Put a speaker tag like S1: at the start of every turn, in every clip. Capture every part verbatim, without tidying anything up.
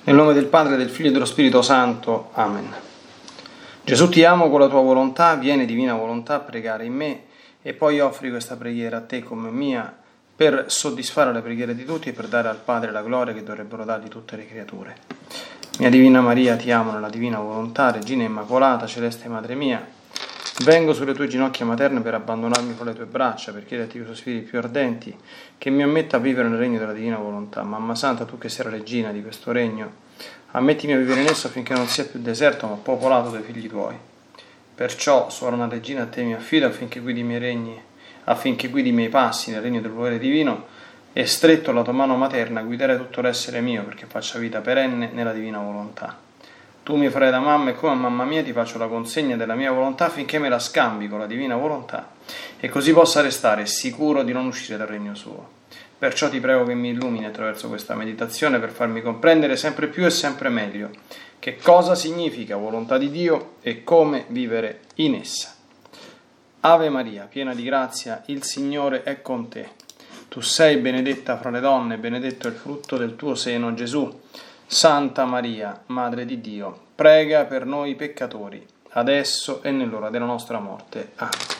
S1: Nel nome del Padre, del Figlio e dello Spirito Santo. Amen. Gesù, ti amo con la tua volontà, vieni divina volontà a pregare in me e poi offri questa preghiera a te come mia per soddisfare le preghiere di tutti e per dare al Padre la gloria che dovrebbero dargli tutte le creature. Mia Divina Maria, ti amo nella divina volontà, Regina Immacolata, Celeste Madre mia, vengo sulle tue ginocchia materne per abbandonarmi fra le tue braccia, per chiederti con i sospiri più ardenti che mi ammetta a vivere nel regno della divina volontà. Mamma Santa, tu che sei la regina di questo regno, ammettimi a vivere in esso affinché non sia più deserto ma popolato dai figli tuoi. Perciò, sovrana regina, a te mi affido affinché guidi i miei regni, affinché guidi i miei passi nel regno del volere divino, e stretto alla tua mano materna guiderai tutto l'essere mio perché faccia vita perenne nella divina volontà. Tu mi farai da mamma e come a mamma mia ti faccio la consegna della mia volontà affinché me la scambi con la divina volontà e così possa restare sicuro di non uscire dal regno suo. Perciò ti prego che mi illumini attraverso questa meditazione per farmi comprendere sempre più e sempre meglio che cosa significa volontà di Dio e come vivere in essa. Ave Maria, piena di grazia, il Signore è con te. Tu sei benedetta fra le donne, benedetto è il frutto del tuo seno, Gesù. Santa Maria, Madre di Dio, prega per noi peccatori, adesso e nell'ora della nostra morte. Amen.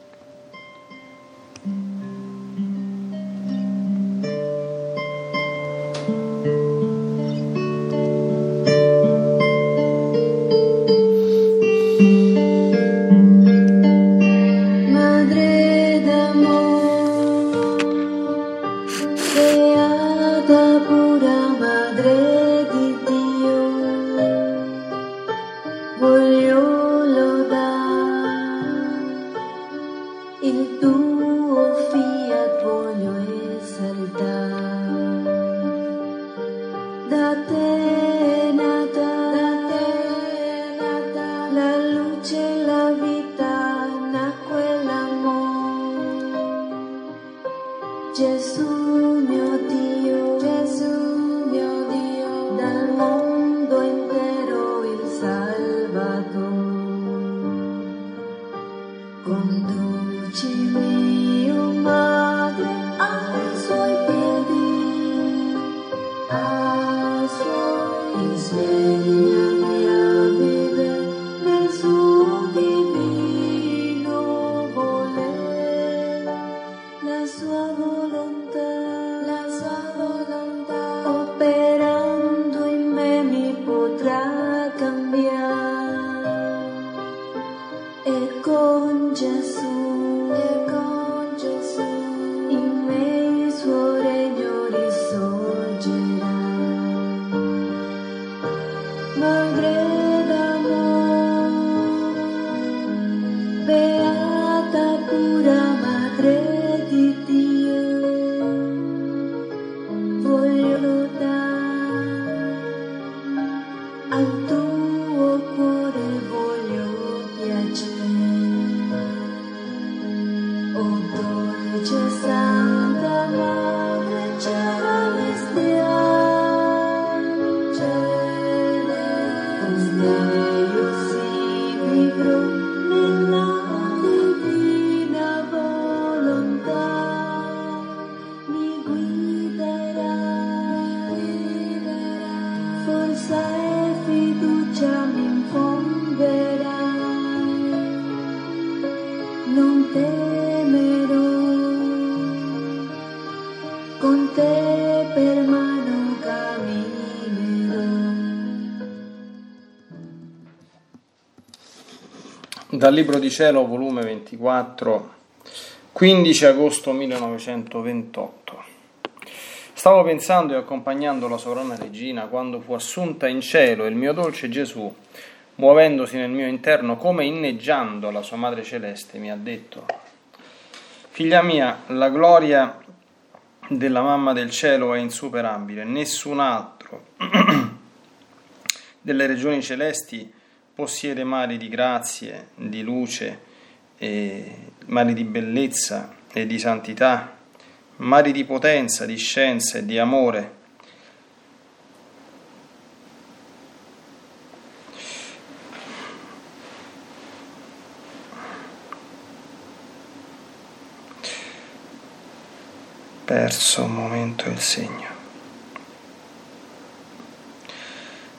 S1: Dal Libro di Cielo, volume ventiquattro, quindici agosto millenovecentoventotto. Stavo pensando e accompagnando la sovrana regina quando fu assunta in cielo il mio dolce Gesù, muovendosi nel mio interno come inneggiando alla sua Madre Celeste, mi ha detto: figlia mia, la gloria della Mamma del Cielo è insuperabile, nessun altro delle regioni celesti possiede mari di grazie, di luce, e mari di bellezza e di santità, mari di potenza, di scienza e di amore. Perso un momento il segno.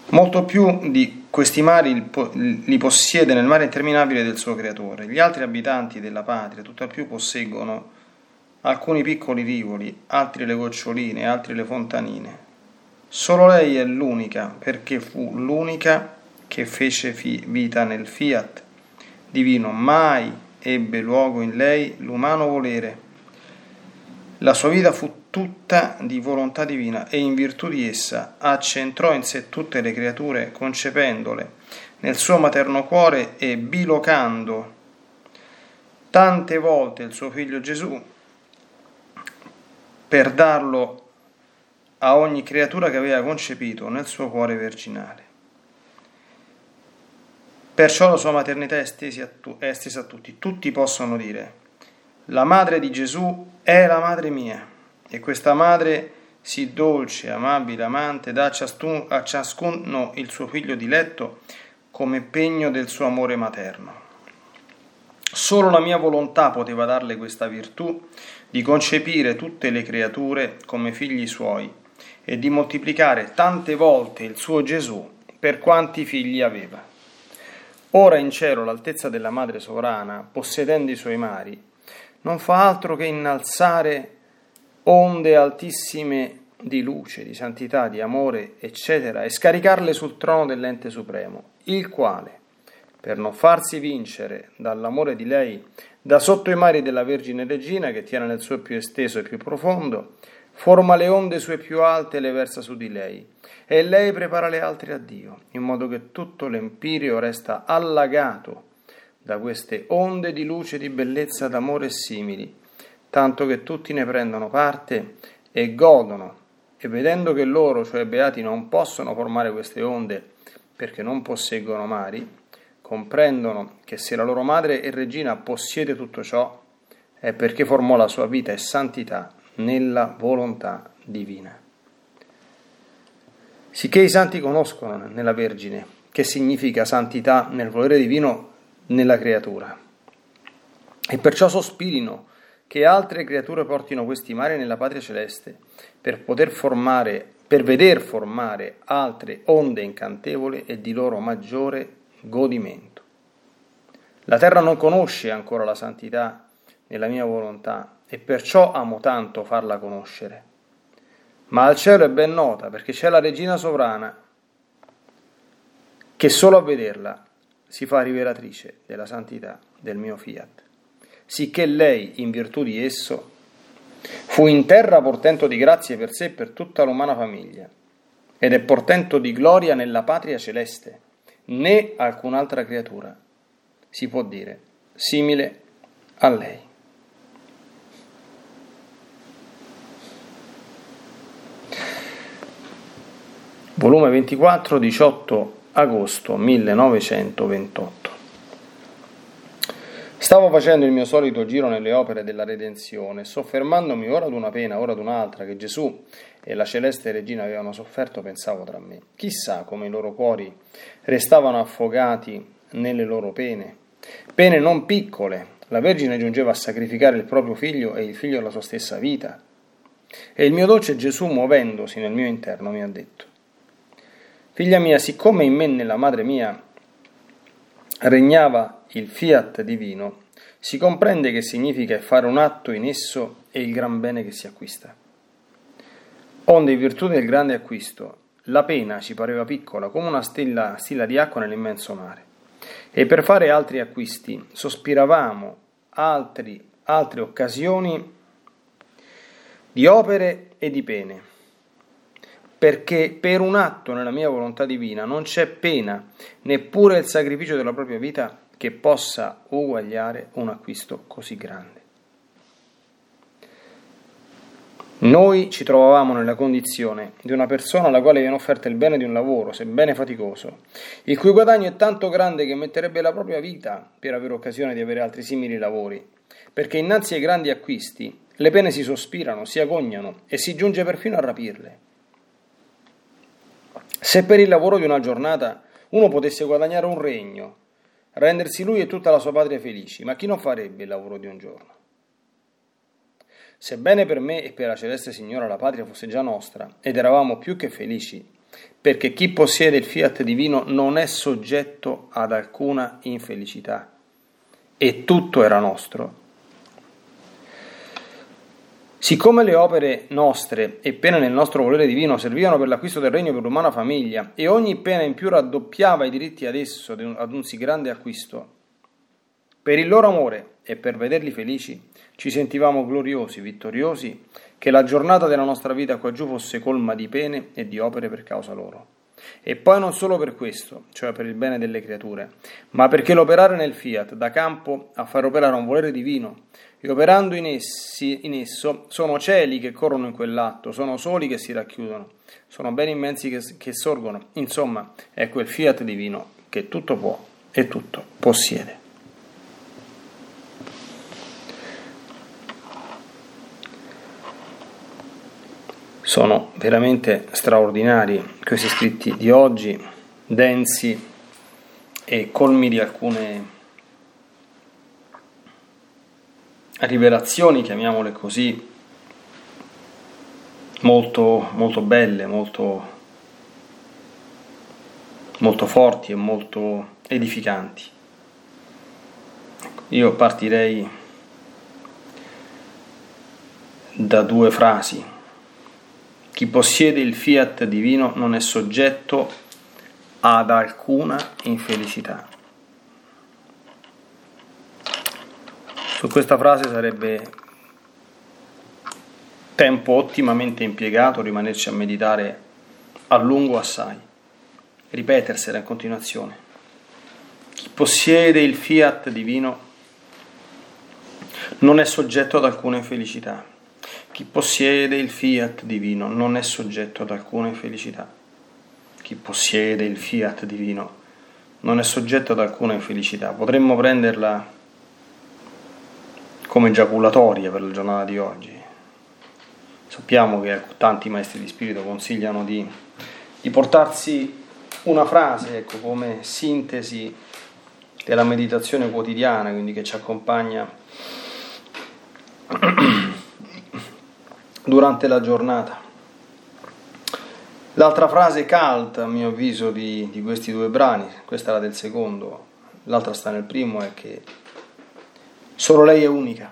S1: Molto più di questi mari li possiede nel mare interminabile del suo creatore. Gli altri abitanti della patria tutt'al più posseggono alcuni piccoli rivoli, altri le goccioline, altri le fontanine. Solo lei è l'unica, perché fu l'unica che fece fi- vita nel fiat divino. Mai ebbe luogo in lei l'umano volere. La sua vita fu tutta di volontà divina e in virtù di essa accentrò in sé tutte le creature, concependole nel suo materno cuore e bilocando tante volte il suo figlio Gesù per darlo a ogni creatura che aveva concepito nel suo cuore virginale. Perciò la sua maternità è estesa a, tu- è estesa a tutti. Tutti possono dire: la madre di Gesù è la madre mia, e questa madre sì dolce, amabile, amante, dà a ciascuno, a ciascuno il suo figlio diletto come pegno del suo amore materno. Solo la mia volontà poteva darle questa virtù di concepire tutte le creature come figli suoi e di moltiplicare tante volte il suo Gesù per quanti figli aveva. Ora in cielo l'altezza della Madre sovrana, possedendo i suoi mari, non fa altro che innalzare onde altissime di luce, di santità, di amore, eccetera, e scaricarle sul trono dell'ente supremo, il quale, per non farsi vincere dall'amore di lei, da sotto i mari della Vergine Regina, che tiene nel suo più esteso e più profondo, forma le onde sue più alte e le versa su di lei, e lei prepara le altre a Dio, in modo che tutto l'empirio resta allagato da queste onde di luce, di bellezza, d'amore e simili, tanto che tutti ne prendono parte e godono, e vedendo che loro, cioè beati, non possono formare queste onde perché non posseggono mari, comprendono che se la loro madre e regina possiede tutto ciò è perché formò la sua vita e santità nella volontà divina. Sicché i santi conoscono nella Vergine che significa santità nel volere divino nella creatura, e perciò sospirino che altre creature portino questi mari nella patria celeste per poter formare, per veder formare altre onde incantevoli e di loro maggiore godimento. La terra non conosce ancora la santità nella mia volontà e perciò amo tanto farla conoscere, ma al cielo è ben nota perché c'è la Regina sovrana che solo a vederla si fa rivelatrice della santità del mio fiat, sicché lei, in virtù di esso, fu in terra portento di grazie per sé e per tutta l'umana famiglia, ed è portento di gloria nella patria celeste, né alcun'altra creatura si può dire simile a lei. Volume ventiquattro, diciotto agosto millenovecentoventotto. Stavo facendo il mio solito giro nelle opere della redenzione, soffermandomi ora ad una pena, ora ad un'altra, che Gesù e la celeste regina avevano sofferto, pensavo tra me. Chissà come i loro cuori restavano affogati nelle loro pene. Pene non piccole. La Vergine giungeva a sacrificare il proprio figlio e il figlio la sua stessa vita. E il mio dolce Gesù, muovendosi nel mio interno, mi ha detto: figlia mia, siccome in me, nella madre mia, regnava il fiat divino, si comprende che significa fare un atto in esso e il gran bene che si acquista. Onde, in virtù del grande acquisto, la pena ci pareva piccola come una stilla, stilla di acqua nell'immenso mare, e per fare altri acquisti sospiravamo altri, altre occasioni di opere e di pene, perché per un atto nella mia volontà divina non c'è pena, neppure il sacrificio della propria vita, che possa uguagliare un acquisto così grande. Noi ci trovavamo nella condizione di una persona alla quale viene offerto il bene di un lavoro, sebbene faticoso, il cui guadagno è tanto grande che metterebbe la propria vita per avere occasione di avere altri simili lavori, perché innanzi ai grandi acquisti le pene si sospirano, si agognano e si giunge perfino a rapirle. Se per il lavoro di una giornata uno potesse guadagnare un regno, rendersi lui e tutta la sua patria felici, ma chi non farebbe il lavoro di un giorno? Sebbene per me e per la celeste Signora la patria fosse già nostra, ed eravamo più che felici, perché chi possiede il fiat divino non è soggetto ad alcuna infelicità, e tutto era nostro. Siccome le opere nostre e pene nel nostro volere divino servivano per l'acquisto del regno per l'umana famiglia, e ogni pena in più raddoppiava i diritti ad esso ad un sì grande acquisto, per il loro amore e per vederli felici, ci sentivamo gloriosi, vittoriosi, che la giornata della nostra vita qua giù fosse colma di pene e di opere per causa loro. E poi non solo per questo, cioè per il bene delle creature, ma perché l'operare nel fiat dà campo a far operare un volere divino, e operando in, essi, in esso sono cieli che corrono in quell'atto, sono soli che si racchiudono, sono beni immensi che, che sorgono. Insomma, è quel fiat divino che tutto può e tutto possiede. Sono veramente straordinari questi scritti di oggi, densi e colmi di alcune rivelazioni, chiamiamole così, molto, molto belle, molto, molto forti e molto edificanti. Io partirei da due frasi. Chi possiede il fiat divino non è soggetto ad alcuna infelicità. Su questa frase sarebbe tempo ottimamente impiegato rimanerci a meditare a lungo assai, ripetersela in continuazione. Chi possiede il fiat divino non è soggetto ad alcuna infelicità. Chi possiede il fiat divino non è soggetto ad alcuna infelicità. Chi possiede il fiat divino non è soggetto ad alcuna infelicità. Potremmo prenderla come giaculatoria per la giornata di oggi. Sappiamo che tanti maestri di spirito consigliano di, di portarsi una frase, ecco, come sintesi della meditazione quotidiana, quindi che ci accompagna durante la giornata. L'altra frase cult, a mio avviso, di, di questi due brani, questa era del secondo, l'altra sta nel primo, è che solo lei è unica,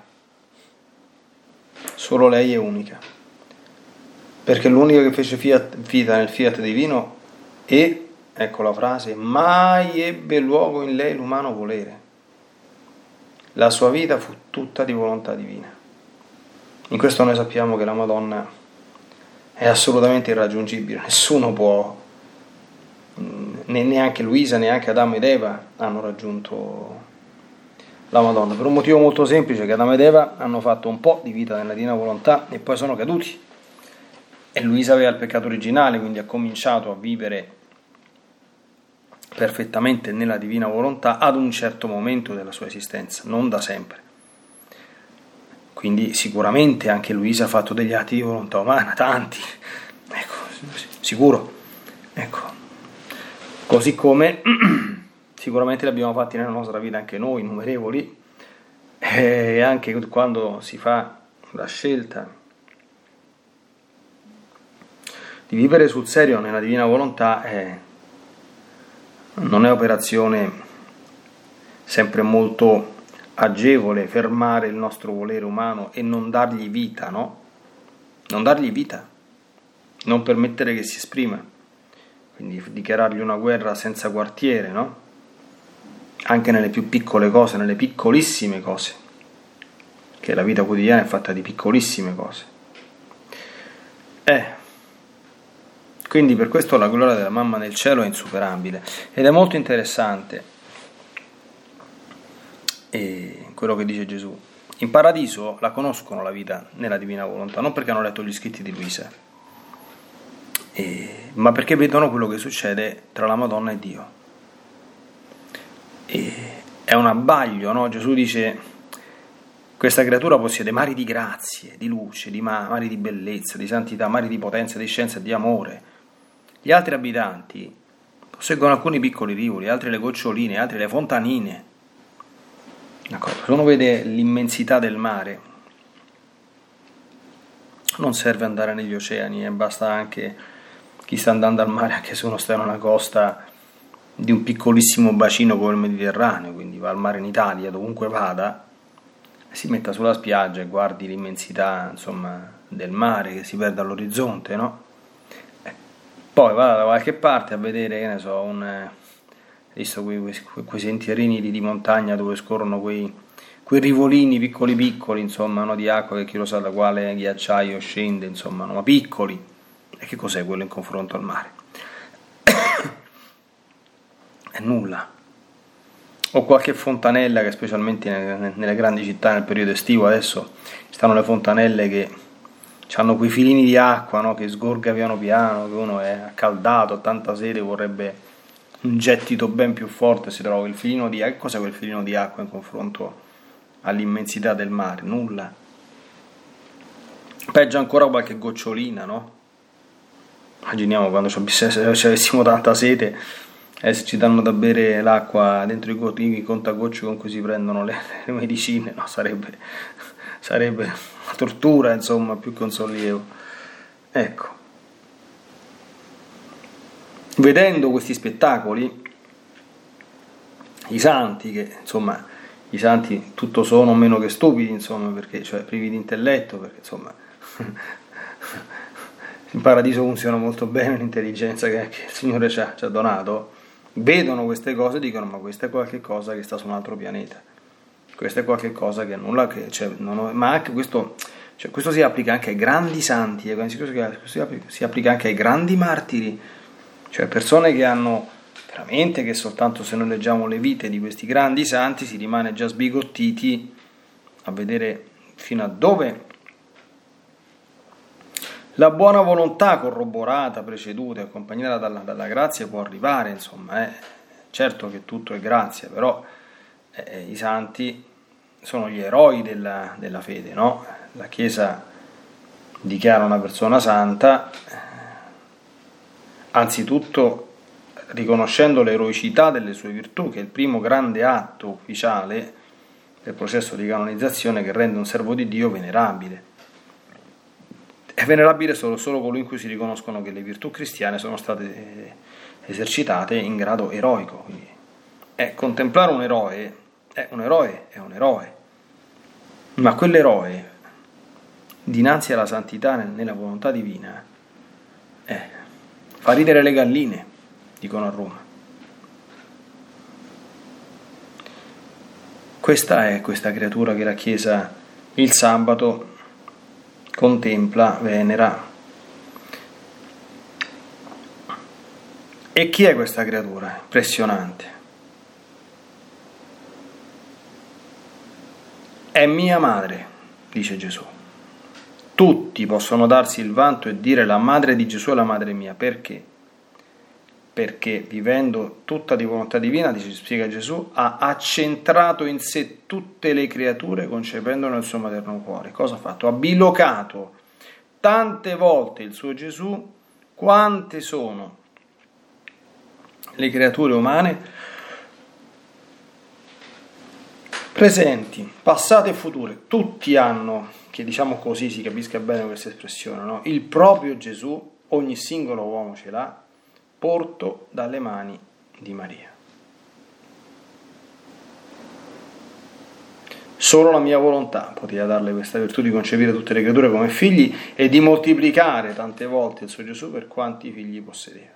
S1: solo lei è unica, perché l'unica che fece fiat, vita nel fiat divino e, ecco la frase, mai ebbe luogo in lei l'umano volere. La sua vita fu tutta di volontà divina. In questo noi sappiamo che la Madonna è assolutamente irraggiungibile, nessuno può, neanche Luisa, neanche Adamo ed Eva hanno raggiunto la Madonna, per un motivo molto semplice, che Adamo ed Eva hanno fatto un po' di vita nella divina volontà e poi sono caduti, e Luisa aveva il peccato originale, quindi ha cominciato a vivere perfettamente nella divina volontà ad un certo momento della sua esistenza, non da sempre. Quindi sicuramente anche Luisa ha fatto degli atti di volontà umana, tanti, ecco, sicuro, ecco, così come sicuramente li abbiamo fatti nella nostra vita anche noi, innumerevoli, e anche quando si fa la scelta di vivere sul serio nella divina volontà, eh, non è operazione sempre molto agevole fermare il nostro volere umano e non dargli vita, no? Non dargli vita, non permettere che si esprima, quindi dichiarargli una guerra senza quartiere, no? Anche nelle più piccole cose, nelle piccolissime cose, che la vita quotidiana è fatta di piccolissime cose. Eh, quindi per questo la gloria della mamma nel cielo è insuperabile ed è molto interessante. E quello che dice Gesù, in paradiso la conoscono la vita nella divina volontà, non perché hanno letto gli scritti di Luisa, e, ma perché vedono quello che succede tra la Madonna e Dio. E è un abbaglio, no? Gesù dice: questa creatura possiede mari di grazie, di luce, di ma- mari di bellezza, di santità, mari di potenza, di scienza e di amore. Gli altri abitanti posseggono alcuni piccoli rivoli, altri le goccioline, altri le fontanine. Se uno vede l'immensità del mare, non serve andare negli oceani, eh, basta anche chi sta andando al mare, anche se uno sta in una costa di un piccolissimo bacino come il Mediterraneo, quindi va al mare in Italia, dovunque vada, si metta sulla spiaggia e guardi l'immensità, insomma, del mare che si perde all'orizzonte, no? Eh, poi va da qualche parte a vedere, che ne so, un, eh, visto quei, quei, quei sentierini di, di montagna dove scorrono quei, quei rivolini piccoli piccoli, insomma, no, di acqua che chi lo sa da quale ghiacciaio scende, insomma, no, ma piccoli. E che cos'è quello in confronto al mare? È nulla. O qualche fontanella che specialmente nelle, nelle grandi città nel periodo estivo adesso stanno le fontanelle che hanno quei filini di acqua, no, che sgorga piano piano, che uno è accaldato, ha tanta sete, vorrebbe un gettito ben più forte, si trova il filino di acqua. Che cos'è quel filino di acqua in confronto all'immensità del mare? Nulla. Peggio ancora qualche gocciolina, no? Immaginiamo quando se avessimo tanta sete e eh, se ci danno da bere l'acqua dentro i contagocci con cui si prendono le, le medicine, no? Sarebbe, sarebbe una tortura, insomma, più che un sollievo. Ecco. Vedendo questi spettacoli, i santi, che insomma, i santi tutto sono meno che stupidi, insomma, perché, cioè privi di intelletto, perché insomma in paradiso funziona molto bene l'intelligenza che, che il Signore ci ha, ci ha donato, vedono queste cose e dicono: ma questo è qualche cosa che sta su un altro pianeta, questo è qualche cosa che nulla che, cioè, non ho, ma anche questo, cioè, questo si applica anche ai grandi santi, si applica, si applica anche ai grandi martiri, cioè persone che hanno veramente, che soltanto se noi leggiamo le vite di questi grandi santi si rimane già sbigottiti a vedere fino a dove la buona volontà corroborata, preceduta e accompagnata dalla, dalla grazia può arrivare, insomma, eh. Certo che tutto è grazia, però eh, i santi sono gli eroi della, della fede, no? La Chiesa dichiara una persona santa, anzitutto riconoscendo l'eroicità delle sue virtù, che è il primo grande atto ufficiale del processo di canonizzazione che rende un servo di Dio venerabile. È venerabile solo, solo colui in cui si riconoscono che le virtù cristiane sono state esercitate in grado eroico. Quindi, è contemplare un eroe, è un eroe, è un eroe, ma quell'eroe dinanzi alla santità nella volontà divina eh, fa ridere le galline, dicono a Roma. Questa è questa creatura che la Chiesa il sabato contempla, venera. E chi è questa creatura? Impressionante. È mia madre, dice Gesù. Tutti possono darsi il vanto e dire: la madre di Gesù è la madre mia. Perché? Perché vivendo tutta di volontà divina, dice, spiega Gesù, ha accentrato in sé tutte le creature concependone nel suo materno cuore. Cosa ha fatto? Ha bilocato tante volte il suo Gesù quante sono le creature umane presenti, passate e future. Tutti hanno, che diciamo così si capisca bene questa espressione, no? Il proprio Gesù, ogni singolo uomo ce l'ha, porto dalle mani di Maria. Solo la mia volontà poteva darle questa virtù di concepire tutte le creature come figli e di moltiplicare tante volte il suo Gesù per quanti figli possedeva.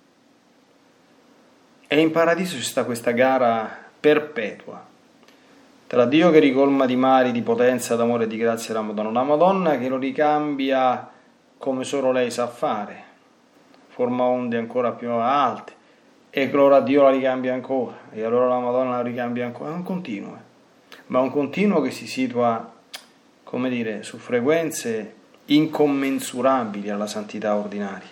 S1: E in paradiso ci sta questa gara perpetua tra Dio che ricolma di mari, di potenza, d'amore e di grazia la Madonna, la Madonna che lo ricambia come solo lei sa fare, forma onde ancora più alte, e allora Dio la ricambia ancora, e allora la Madonna la ricambia ancora. È un continuo, eh. ma un continuo che si situa, come dire, su frequenze incommensurabili alla santità ordinaria.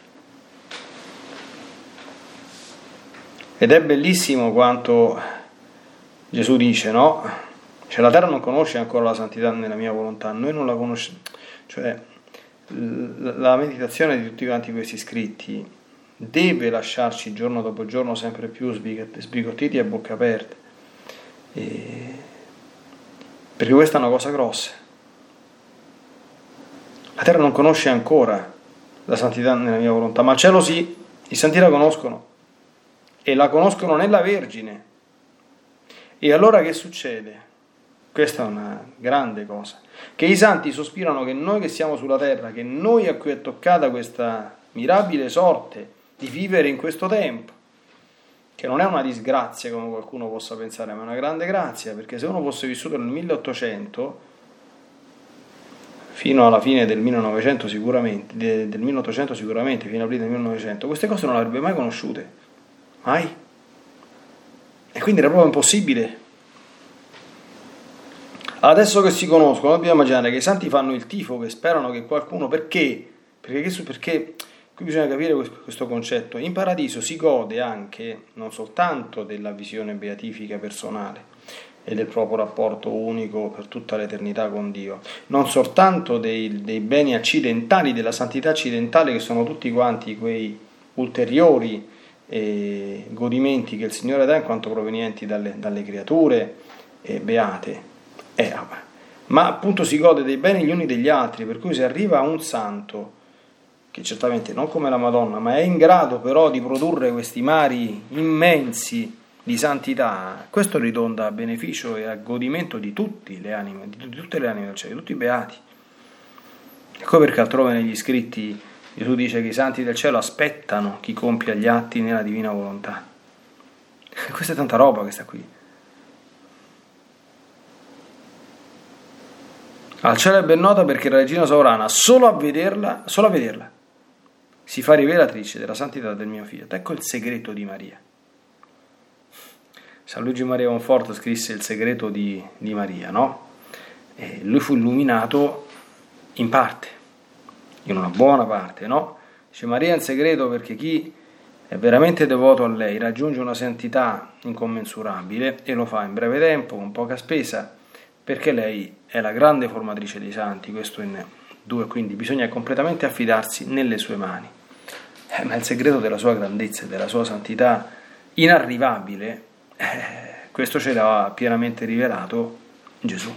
S1: Ed è bellissimo quanto Gesù dice, no? Cioè la terra non conosce ancora la santità nella mia volontà, noi non la conosciamo, cioè la meditazione di tutti quanti questi scritti deve lasciarci giorno dopo giorno sempre più sbigottiti e a bocca aperte, e... perché questa è una cosa grossa. La terra non conosce ancora la santità nella mia volontà, ma il cielo sì, i santi la conoscono e la conoscono nella Vergine. E allora che succede? Questa è una grande cosa, che i santi sospirano che noi che siamo sulla terra, che noi a cui è toccata questa mirabile sorte di vivere in questo tempo, che non è una disgrazia come qualcuno possa pensare, ma è una grande grazia, perché se uno fosse vissuto nel milleottocento fino alla fine del millenovecento sicuramente, del milleottocento sicuramente, fino all'aprile del millenovecento, queste cose non le avrebbe mai conosciute, mai. E quindi era proprio impossibile. Adesso che si conoscono, dobbiamo immaginare che i santi fanno il tifo, che sperano che qualcuno, perché? Perché, perché qui bisogna capire questo concetto. In paradiso si gode anche, non soltanto della visione beatifica personale e del proprio rapporto unico per tutta l'eternità con Dio, non soltanto dei, dei beni accidentali, della santità accidentale, che sono tutti quanti quei ulteriori eh, godimenti che il Signore dà in quanto provenienti dalle, dalle creature eh, beate, Eh, ma appunto si gode dei beni gli uni degli altri, per cui se arriva un santo che certamente non come la Madonna, ma è in grado però di produrre questi mari immensi di santità, questo ridonda a beneficio e a godimento di tutte le anime, di tutte le anime del cielo, di tutti i beati. Ecco perché altrove negli scritti Gesù dice che i santi del cielo aspettano chi compia gli atti nella divina volontà. Questa è tanta roba che sta qui. Al cielo è ben nota perché la regina sovrana, solo a vederla, solo a vederla, si fa rivelatrice della santità del mio fiat. Ecco il segreto di Maria. San Luigi Maria Conforto scrisse il segreto di, di Maria, no? E lui fu illuminato in parte, in una buona parte, no? Dice Maria è un segreto perché chi è veramente devoto a lei raggiunge una santità incommensurabile e lo fa in breve tempo, con poca spesa, perché lei è la grande formatrice dei santi, questo in due, quindi bisogna completamente affidarsi nelle sue mani. Eh, ma il segreto della sua grandezza e della sua santità inarrivabile, eh, questo ce l'ha pienamente rivelato Gesù.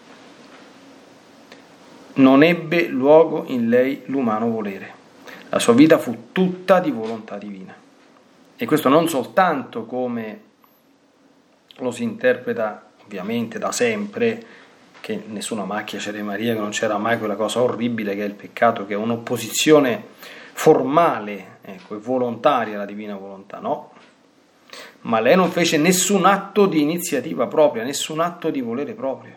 S1: Non ebbe luogo in lei l'umano volere, la sua vita fu tutta di volontà divina. E questo non soltanto come lo si interpreta ovviamente da sempre, che nessuna macchia c'era in Maria, che non c'era mai quella cosa orribile che è il peccato, che è un'opposizione formale, ecco, e volontaria alla divina volontà, no? Ma lei non fece nessun atto di iniziativa propria, nessun atto di volere proprio,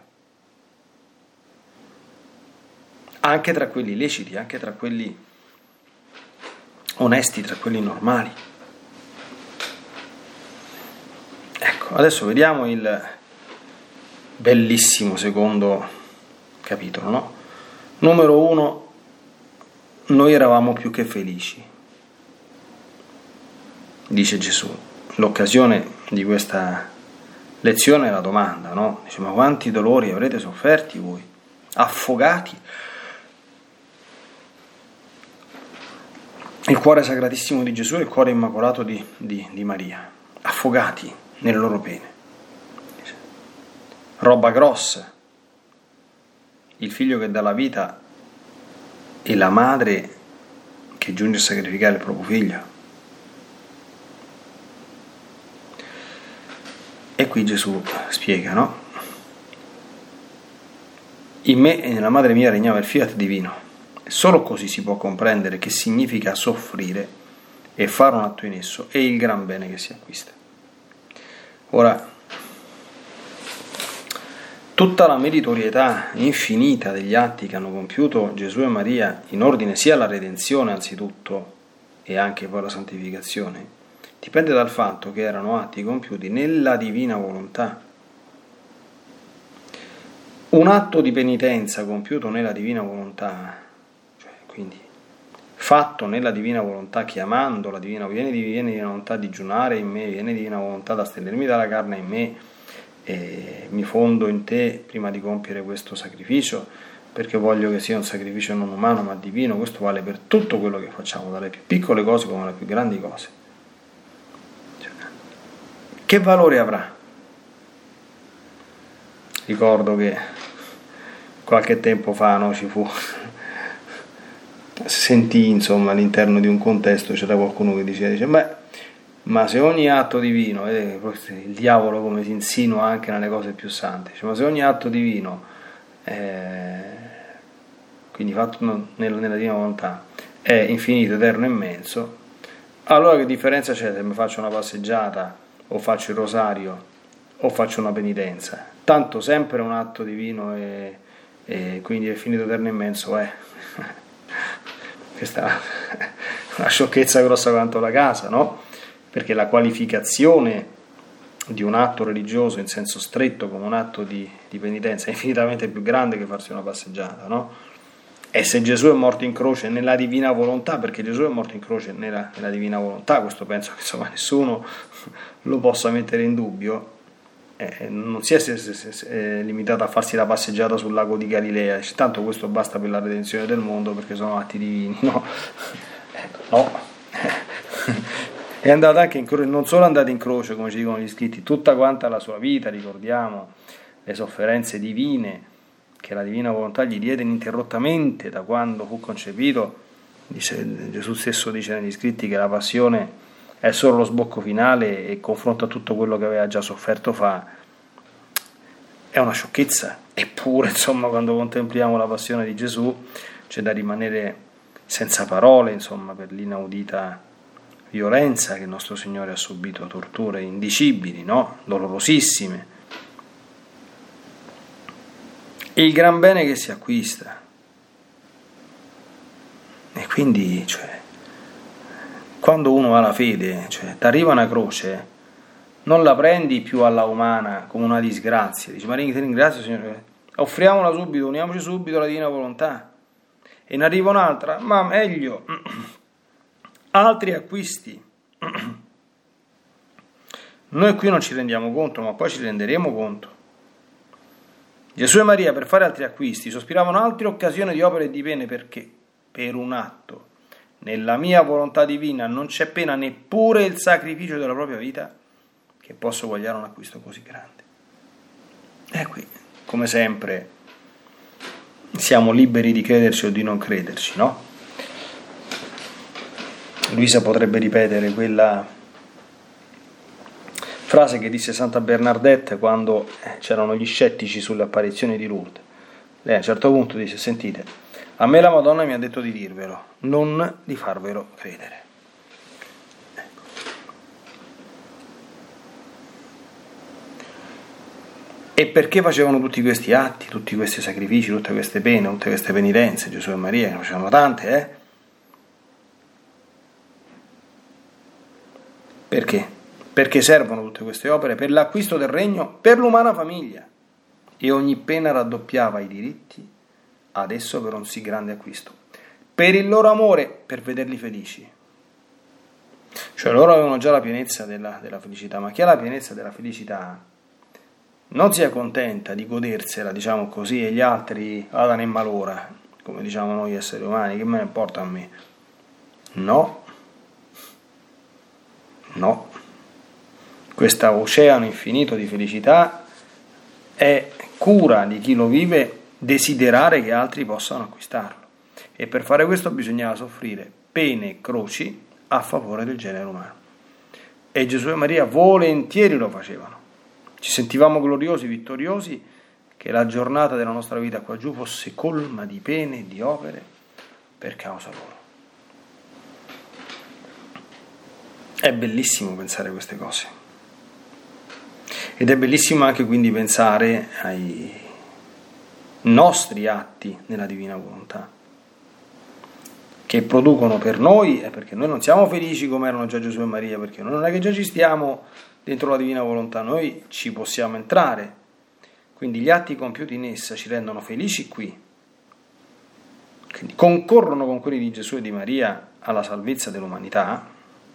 S1: anche tra quelli leciti, anche tra quelli onesti, tra quelli normali. Ecco, adesso vediamo il bellissimo secondo capitolo, no? Numero uno, noi eravamo più che felici, dice Gesù. L'occasione di questa lezione è la domanda, no? Dice, ma quanti dolori avrete sofferti voi, affogati? Il cuore sacratissimo di Gesù e il cuore immacolato di, di, di Maria, affogati nelle loro pene. Roba grossa, il figlio che dà la vita e la madre che giunge a sacrificare il proprio figlio. E qui Gesù spiega, no? In me e nella madre mia regnava il fiat divino. Solo così si può comprendere che significa soffrire e fare un atto in esso e il gran bene che si acquista. Ora, tutta la meritorietà infinita degli atti che hanno compiuto Gesù e Maria in ordine sia alla redenzione anzitutto e anche poi alla santificazione dipende dal fatto che erano atti compiuti nella divina volontà. Un atto di penitenza compiuto nella divina volontà, cioè quindi fatto nella divina volontà, chiamando la divina, viene divina volontà di digiunare in me, viene divina volontà da astenermi dalla carne in me, e mi fondo in te prima di compiere questo sacrificio, perché voglio che sia un sacrificio non umano ma divino. Questo vale per tutto quello che facciamo, dalle più piccole cose come alle più grandi cose. Cioè, che valore avrà? Ricordo che qualche tempo fa no, ci fu sentì, insomma, all'interno di un contesto, c'era qualcuno che diceva, dice, beh, ma se ogni atto divino, vedete, il diavolo come si insinua anche nelle cose più sante, dice, ma se ogni atto divino, eh, quindi fatto nella, nella divina volontà, è infinito, eterno e immenso, allora che differenza c'è se mi faccio una passeggiata o faccio il rosario o faccio una penitenza? Tanto sempre un atto divino e, e quindi è finito, eterno e immenso è. Questa è una sciocchezza grossa quanto la casa, no? Perché la qualificazione di un atto religioso in senso stretto come un atto di, di penitenza è infinitamente più grande che farsi una passeggiata, no? E se Gesù è morto in croce nella divina volontà, perché Gesù è morto in croce nella, nella divina volontà, questo penso che insomma nessuno lo possa mettere in dubbio, eh, non si è se, se, se, se, limitato a farsi la passeggiata sul lago di Galilea, dice, tanto questo basta per la redenzione del mondo perché sono atti divini, no? Ecco, no. È andata anche in croce, non solo è andata in croce, come ci dicono gli scritti, tutta quanta la sua vita, ricordiamo le sofferenze divine che la divina volontà gli diede ininterrottamente da quando fu concepito. Dice, Gesù stesso dice negli scritti che la passione è solo lo sbocco finale e confronto a tutto quello che aveva già sofferto fa. È una sciocchezza, eppure insomma quando contempliamo la passione di Gesù c'è da rimanere senza parole, insomma, per l'inaudita violenza che il nostro Signore ha subito, torture indicibili, no? Dolorosissime. E il gran bene che si acquista. E quindi, cioè, quando uno ha la fede, cioè, ti arriva una croce, non la prendi più alla umana come una disgrazia. Dici, ma ti ringrazio, Signore, offriamola subito, uniamoci subito alla divina volontà. E ne arriva un'altra, ma meglio, altri acquisti. Noi qui non ci rendiamo conto, ma poi ci renderemo conto. Gesù e Maria, per fare altri acquisti, sospiravano altre occasioni di opere e di pene, perché per un atto nella mia volontà divina non c'è pena neppure il sacrificio della propria vita che possa uguagliare un acquisto così grande. E qui, come sempre, siamo liberi di crederci o di non crederci, no? Luisa potrebbe ripetere quella frase che disse Santa Bernadette quando c'erano gli scettici sulle apparizioni di Lourdes. Lei a un certo punto dice, sentite, a me la Madonna mi ha detto di dirvelo, non di farvelo credere. Ecco. E perché facevano tutti questi atti, tutti questi sacrifici, tutte queste pene, tutte queste penitenze, Gesù e Maria, che ne facevano tante, eh? Perché? Perché servono tutte queste opere per l'acquisto del regno per l'umana famiglia, e ogni pena raddoppiava i diritti adesso per un sì grande acquisto, per il loro amore, per vederli felici. Cioè loro avevano già la pienezza della, della felicità, ma chi ha la pienezza della felicità non si accontenta di godersela, diciamo così, e gli altri vadano in malora, come diciamo noi esseri umani, che me ne importa a me? No, no. Questo oceano infinito di felicità è cura di chi lo vive desiderare che altri possano acquistarlo, e per fare questo bisognava soffrire pene e croci a favore del genere umano, e Gesù e Maria volentieri lo facevano. Ci sentivamo gloriosi, vittoriosi, che la giornata della nostra vita qua giù fosse colma di pene e di opere per causa loro. È bellissimo pensare a queste cose. Ed è bellissimo anche quindi pensare ai nostri atti nella divina volontà, che producono per noi, perché noi non siamo felici come erano già Gesù e Maria, perché noi non è che già ci stiamo dentro la divina volontà, noi ci possiamo entrare, quindi gli atti compiuti in essa ci rendono felici qui, quindi concorrono con quelli di Gesù e di Maria alla salvezza dell'umanità,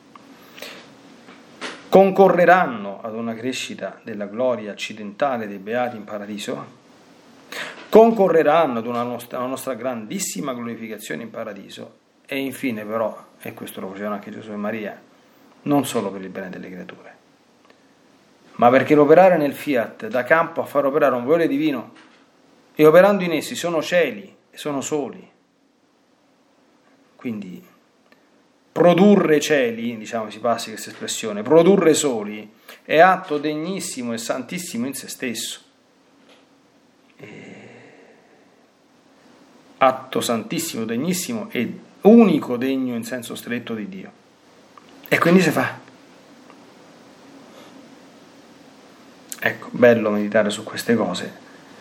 S1: concorreranno ad una crescita della gloria accidentale dei beati in paradiso, concorreranno ad una nostra, una nostra grandissima glorificazione in paradiso, e infine però, e questo lo facevano anche Gesù e Maria, non solo per il bene delle creature, ma perché l'operare nel fiat dà campo a far operare un volere divino, e operando in essi sono cieli e sono soli. quindi produrre cieli, diciamo, si passi questa espressione, produrre soli, è atto degnissimo e santissimo in se stesso. E... atto santissimo, degnissimo e unico degno in senso stretto di Dio. E quindi si fa. Ecco, bello meditare su queste cose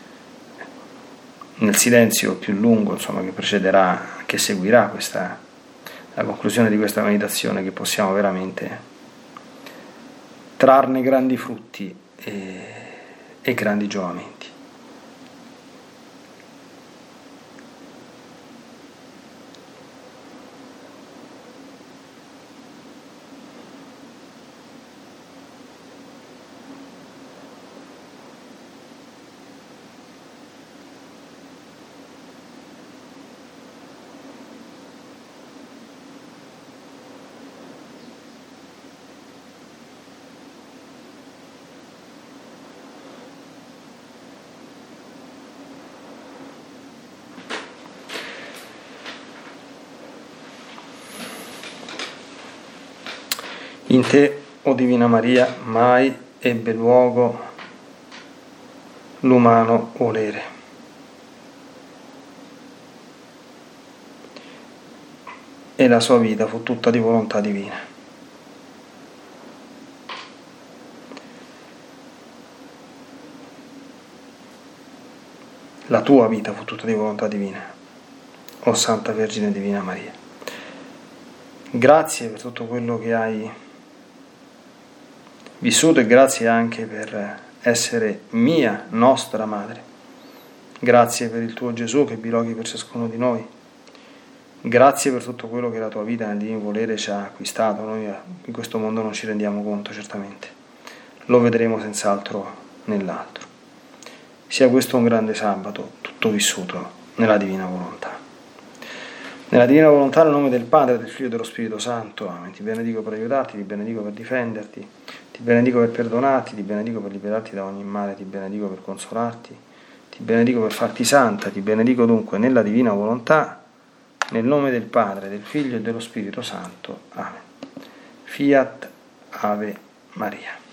S1: nel silenzio più lungo, insomma, che precederà, che seguirà questa, la conclusione di questa meditazione, che possiamo veramente trarne grandi frutti e, e grandi giovamenti. In te, o Divina Maria, mai ebbe luogo l'umano volere. E la sua vita fu tutta di volontà divina. La tua vita fu tutta di volontà divina, o Santa Vergine Divina Maria. Grazie per tutto quello che hai vissuto e grazie anche per essere mia, nostra madre. Grazie per il tuo Gesù che biloghi per ciascuno di noi. Grazie per tutto quello che la tua vita nel divino volere ci ha acquistato. Noi in questo mondo non ci rendiamo conto, certamente. Lo vedremo senz'altro nell'altro. Sia questo un grande sabato, tutto vissuto nella divina volontà. Nella divina volontà, nel nome del Padre, del Figlio e dello Spirito Santo. Amen. Ti benedico per aiutarti, ti benedico per difenderti, ti benedico per perdonarti, ti benedico per liberarti da ogni male, ti benedico per consolarti, ti benedico per farti santa, ti benedico dunque nella divina volontà, nel nome del Padre, del Figlio e dello Spirito Santo. Amen. Fiat Ave Maria.